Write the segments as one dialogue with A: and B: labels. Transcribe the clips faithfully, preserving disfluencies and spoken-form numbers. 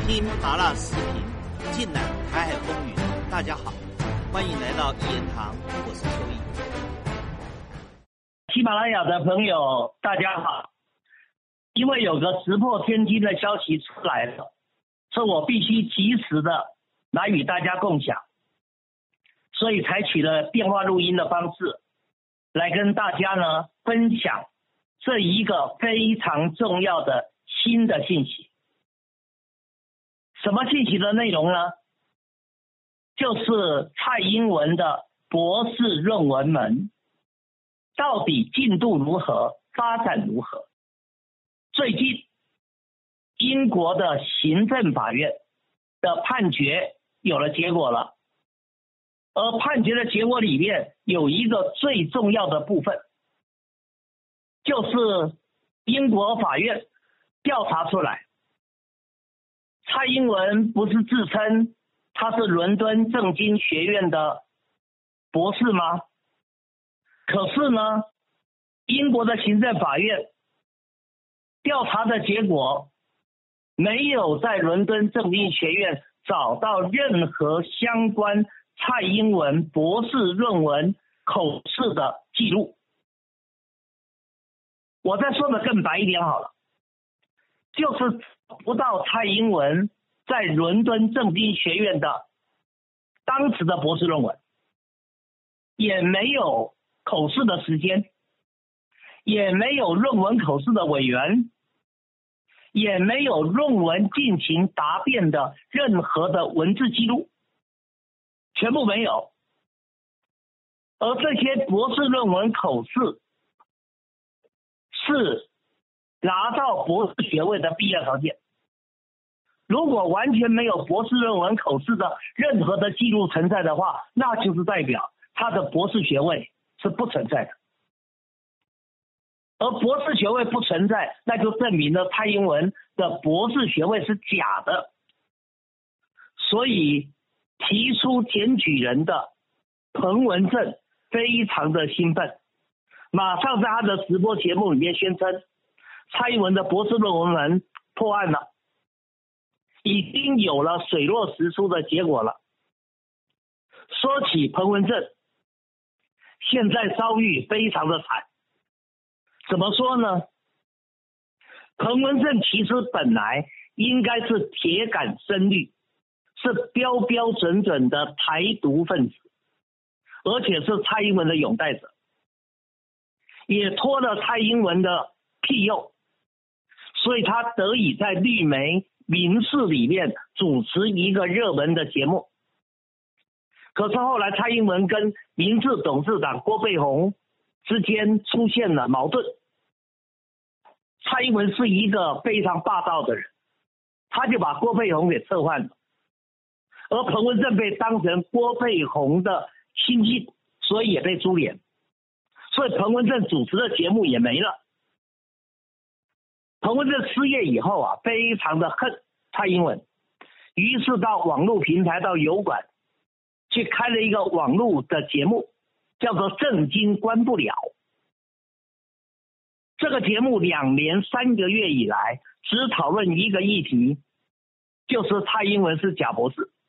A: 听麻辣时评，尽览台海风云。大家好，欢迎来到一言堂，我是邱毅。
B: 喜马拉雅的朋友大家好，因为有个石破天惊的消息出来了，所以我必须及时的来与大家共享，所以采取了电话录音的方式来跟大家呢分享这一个非常重要的新的信息。什么信息的内容呢？就是蔡英文的博士论文门到底进度如何，发展如何。最近英国的行政法院的判决有了结果了，而判决的结果里面有一个最重要的部分，就是英国法院调查出来，蔡英文不是自称他是伦敦政经学院的博士吗？可是呢，英国的行政法院调查的结果没有在伦敦政经学院找到任何相关蔡英文博士论文口试的记录。我再说的更白一点好了，就是不到蔡英文在伦敦政经学院的当时的博士论文，也没有口试的时间，也没有论文口试的委员，也没有论文进行答辩的任何的文字记录，全部没有。而这些博士论文口试是拿到博士学位的必要条件。如果完全没有博士论文口试的任何的记录存在的话，那就是代表他的博士学位是不存在的。而博士学位不存在，那就证明了蔡英文的博士学位是假的。所以提出检举人的彭文正非常的兴奋，马上在他的直播节目里面宣称蔡英文的博士论文门破案了，已经有了水落石出的结果了。说起彭文正，现在遭遇非常的惨。怎么说呢？彭文正其实本来应该是铁杆深绿，是标标准准的台独分子，而且是蔡英文的拥戴者，也托了蔡英文的庇佑，所以他得以在绿媒民视里面主持一个热门的节目。可是后来蔡英文跟民视董事长郭背宏之间出现了矛盾。蔡英文是一个非常霸道的人，他就把郭背宏给撤换了，而彭文正被当成郭背宏的亲信，所以也被株连，所以彭文正主持的节目也没了。彭文正失业以后啊，非常的恨蔡英文，于是到网络平台到油管去开了一个网络的节目，叫做政经关不了。这个节目两年三个月以来只讨论一个议题，就是蔡英文是假博士。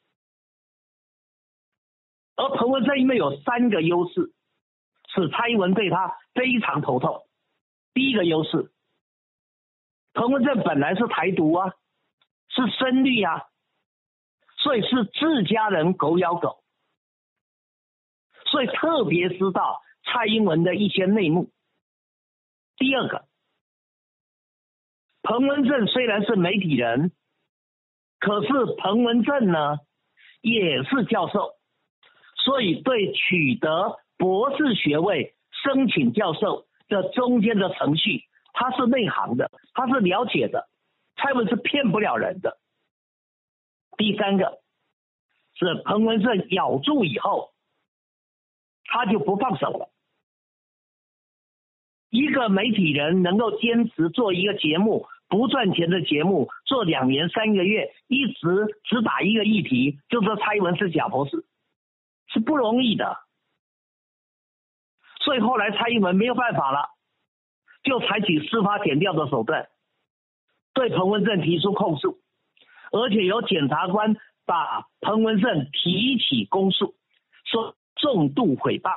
B: 而彭文正因为有三个优势，使蔡英文对他非常头痛。第一个优势，彭文正本来是台独啊，是深绿啊，所以是自家人狗咬狗，所以特别知道蔡英文的一些内幕。第二个，彭文正虽然是媒体人，可是彭文正呢也是教授，所以对取得博士学位申请教授的中间的程序他是内行的，他是了解的，蔡英文是骗不了人的。第三个是彭文正咬住以后他就不放手了。一个媒体人能够坚持做一个节目，不赚钱的节目，做两年三个月，一直只打一个议题，就说蔡英文是假博士，是不容易的。所以后来蔡英文没有办法了，就采取司法检调的手段，对彭文正提出控诉， 而且有检察官把彭文正提起公诉，说重度诽谤。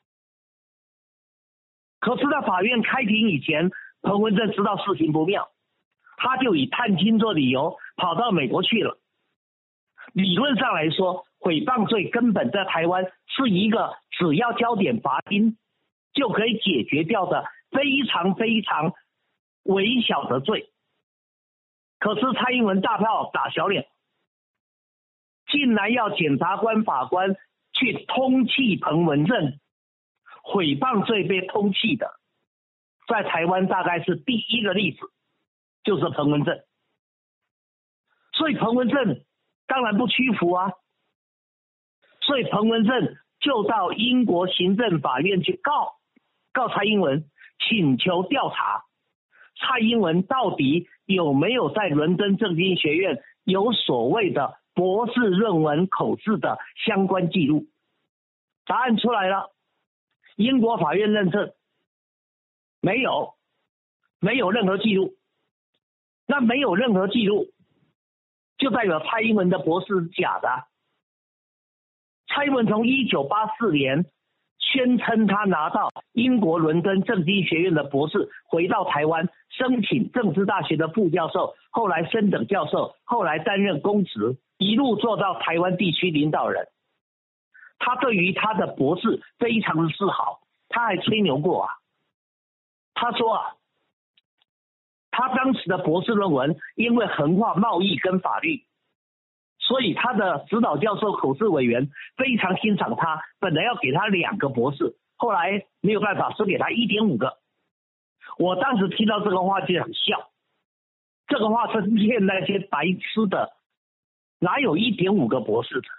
B: 可是，在法院开庭以前，彭文正知道事情不妙，他就以探亲做理由跑到美国去了。理论上来说，诽谤罪根本在台湾是一个只要交点罚金就可以解决掉的非常非常微小的罪。可是蔡英文大票打小脸，竟然要检察官法官去通缉彭文正，诽谤罪被通缉的，在台湾大概是第一个例子，就是彭文正。所以彭文正当然不屈服啊，所以彭文正就到英国行政法院去告告蔡英文，请求调查蔡英文到底有没有在伦敦政经学院有所谓的博士论文口试的相关记录。答案出来了，英国法院认证没有，没有任何记录。那没有任何记录，就代表蔡英文的博士是假的。蔡英文从一九八四年宣称他拿到英国伦敦政经学院的博士，回到台湾申请政治大学的副教授，后来升等教授，后来担任公职，一路做到台湾地区领导人。他对于他的博士非常的自豪，他还吹牛过啊。他说啊，他当时的博士论文因为横跨贸易跟法律，所以他的指导教授口试委员非常欣赏他，本来要给他两个博士，后来没有办法，只给他 一点五 个。我当时听到这个话就很笑，这个话是骗那些白痴的，哪有 一点五 个博士的？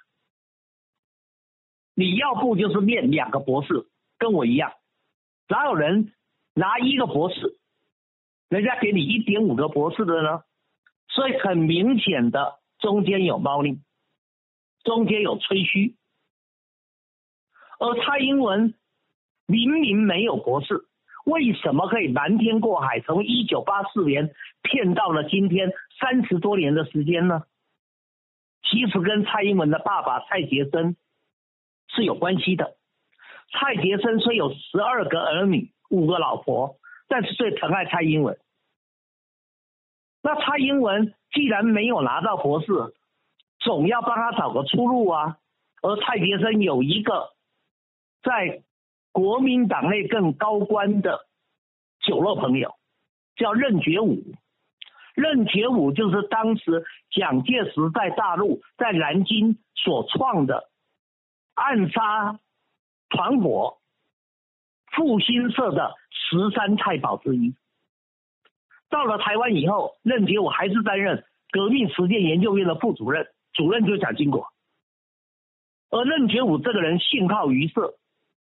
B: 你要不就是念两个博士，跟我一样，哪有人拿一个博士，人家给你 一点五 个博士的呢？所以很明显的中间有猫腻，中间有吹嘘。而蔡英文明明没有博士，为什么可以瞒天过海，从一九八四年骗到了今天三十多年的时间呢？其实跟蔡英文的爸爸蔡杰生是有关系的。蔡杰生虽有十二个儿女，五个老婆，但是最疼爱蔡英文。那蔡英文既然没有拿到博士，总要帮他找个出路啊。而蔡杰生有一个在国民党内更高官的酒肉朋友，叫任觉武。任觉武就是当时蒋介石在大陆在南京所创的暗杀团伙复兴社的十三太保之一。到了台湾以后，任觉武还是担任革命实践研究院的副主任，主任就是蒋经国。而任觉武这个人信号于色，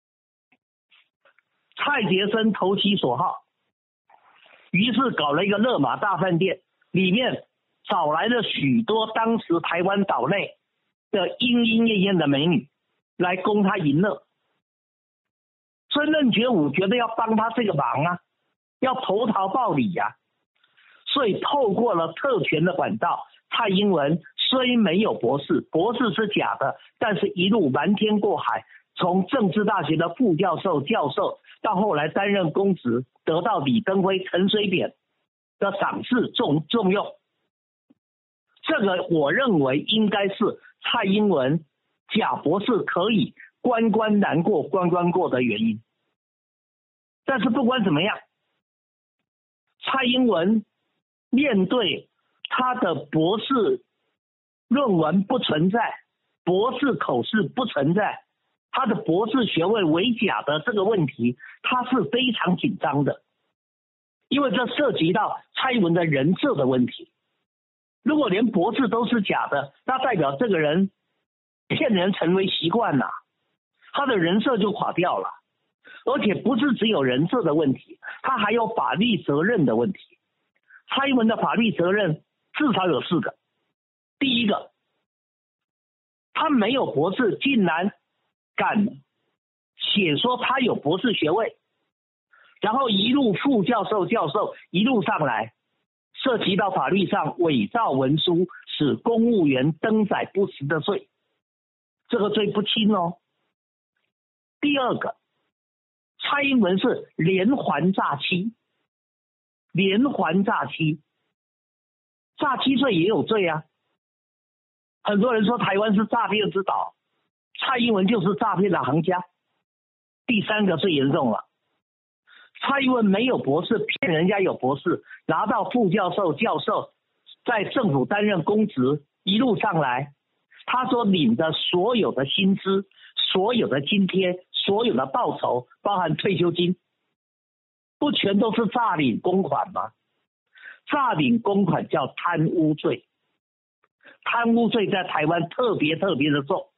B: 蔡杰生投其所好，于是搞了一个勒马大饭店，里面找来了许多当时台湾岛内的莺莺燕燕的美女来供他淫乐。所以任觉武觉得要帮他这个忙啊，要投桃报李啊，所以透过了特权的管道，蔡英文虽没有博士，博士是假的，但是一路瞒天过海，从政治大学的副教授、教授，到后来担任公职，得到李登辉、陈水扁的赏识重重用。这个我认为应该是蔡英文假博士可以关关难过关关过的原因。但是不管怎么样，蔡英文面对他的博士论文不存在，博士口试不存在，他的博士学位为假的这个问题，他是非常紧张的，因为这涉及到蔡英文的人设的问题。如果连博士都是假的，那代表这个人骗人成为习惯了，他的人设就垮掉了。而且不是只有人设的问题，他还有法律责任的问题。蔡英文的法律责任至少有四个。第一个，他没有博士，竟然敢写说他有博士学位，然后一路副教授、教授一路上来， 涉及到法律上伪造文书使公务员登载不实的罪，这个罪不轻哦。第二个，蔡英文是连环诈欺，连环诈欺，诈欺罪也有罪啊。很多人说台湾是诈骗之岛，蔡英文就是诈骗的行家。第三个最严重了，蔡英文没有博士，骗人家有博士，拿到副教授、教授，在政府担任公职，一路上来，他所领的所有的薪资、所有的津贴、所有的报酬，包含退休金，不全都是诈领公款吗？诈领公款叫贪污罪，贪污罪在台湾特别特别的重。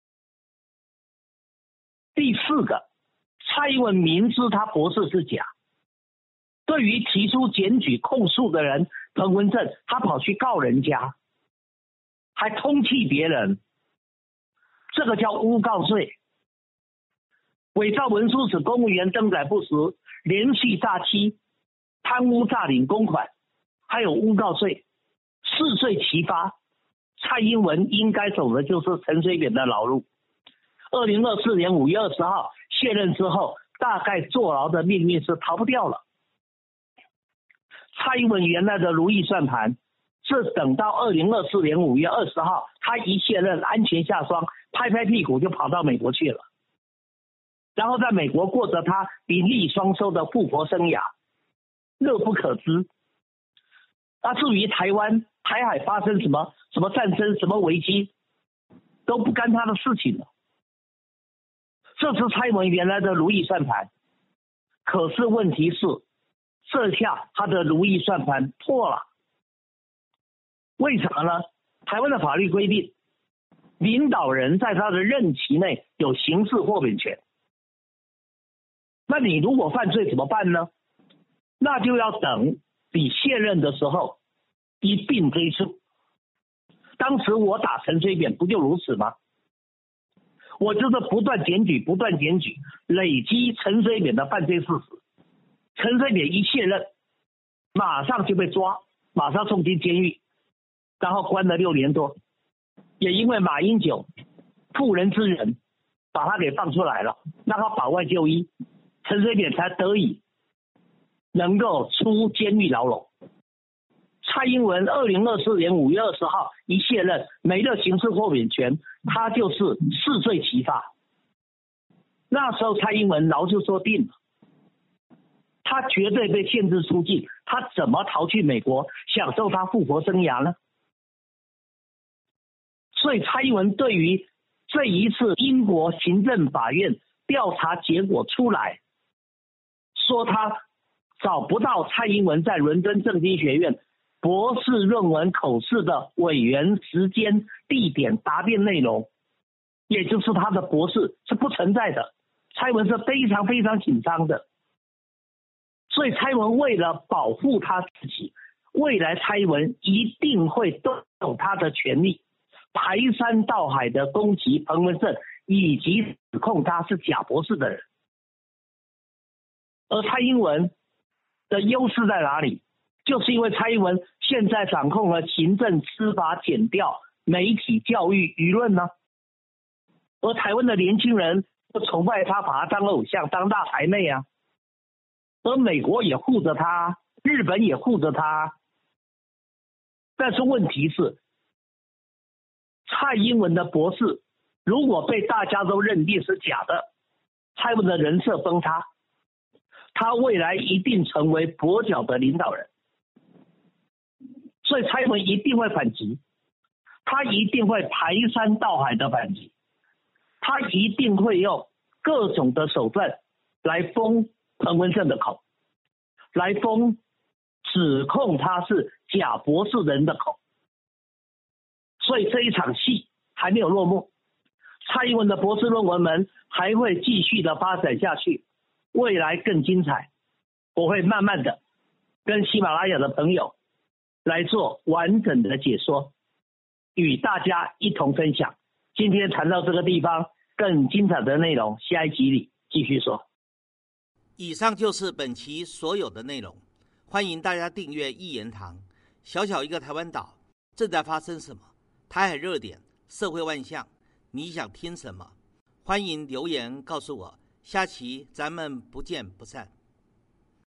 B: 第四个，蔡英文明知他博士是假，对于提出检举控诉的人彭文正，他跑去告人家，还通缉别人，这个叫诬告罪。伪造文书使公务员登载不实，连续诈欺、贪污诈领公款，还有诬告罪，四罪齐发。蔡英文应该走的就是陈水扁的老路。二零二四年五月二十号卸任之后，大概坐牢的命运是逃不掉了。蔡英文原来的如意算盘是等到二零二四年五月二十号，他一卸任，安全下双，拍拍屁股就跑到美国去了，然后在美国过着他名利双收的富婆生涯，乐不可支。那至于台湾台海发生什么什么战争、什么危机，都不干他的事情了。这是蔡英文原来的如意算盘，可是问题是，这下他的如意算盘破了。为什么呢？台湾的法律规定，领导人在他的任期内有刑事豁免权。那你如果犯罪怎么办呢？那就要等你卸任的时候一并追诉。当时我打陈水扁不就如此吗？我就是不断检举，不断检举，累积陈水扁的犯罪事实。陈水扁一卸任，马上就被抓，马上送进监狱，然后关了六年多。也因为马英九妇人之仁，把他给放出来了，让他保外就医，陈水扁才得以能够出监狱牢笼。蔡英文二零二四年五月二十号一卸任，没了刑事豁免权，他就是四罪齐发。那时候蔡英文牢就说定了，他绝对被限制出境，他怎么逃去美国享受他富婆生涯呢？所以蔡英文对于这一次英国行政法院调查结果出来，说他找不到蔡英文在伦敦政经学院博士论文口试的委员时间、地点、答辩内容，也就是他的博士是不存在的。蔡英文是非常非常紧张的，所以蔡英文为了保护他自己，未来蔡英文一定会动用他的权力，排山倒海的攻击彭文正，以及指控他是假博士的人。而蔡英文的优势在哪里？就是因为蔡英文现在掌控了行政、司法、检调、媒体、教育、舆论呢，而台湾的年轻人不崇拜他，把他当偶像、当大台妹啊，而美国也护着他，日本也护着他。但是问题是，蔡英文的博士如果被大家都认定是假的，蔡英文的人设崩塌，他未来一定成为跛脚的领导人。所以蔡英文一定会反击，他一定会排山倒海的反击，他一定会用各种的手段来封彭文正的口，来封指控他是假博士人的口。所以这一场戏还没有落幕，蔡英文的博士论文们还会继续的发展下去，未来更精彩。我会慢慢的跟喜马拉雅的朋友来做完整的解说，与大家一同分享。今天谈到这个地方，更精彩的内容下一集里继续说。
A: 以上就是本期所有的内容， 欢迎大家订阅一言堂。小小一个台湾岛，正在发生什么？台海热点，社会万象，你想听什么？欢迎留言告诉我。下期咱们不见不散。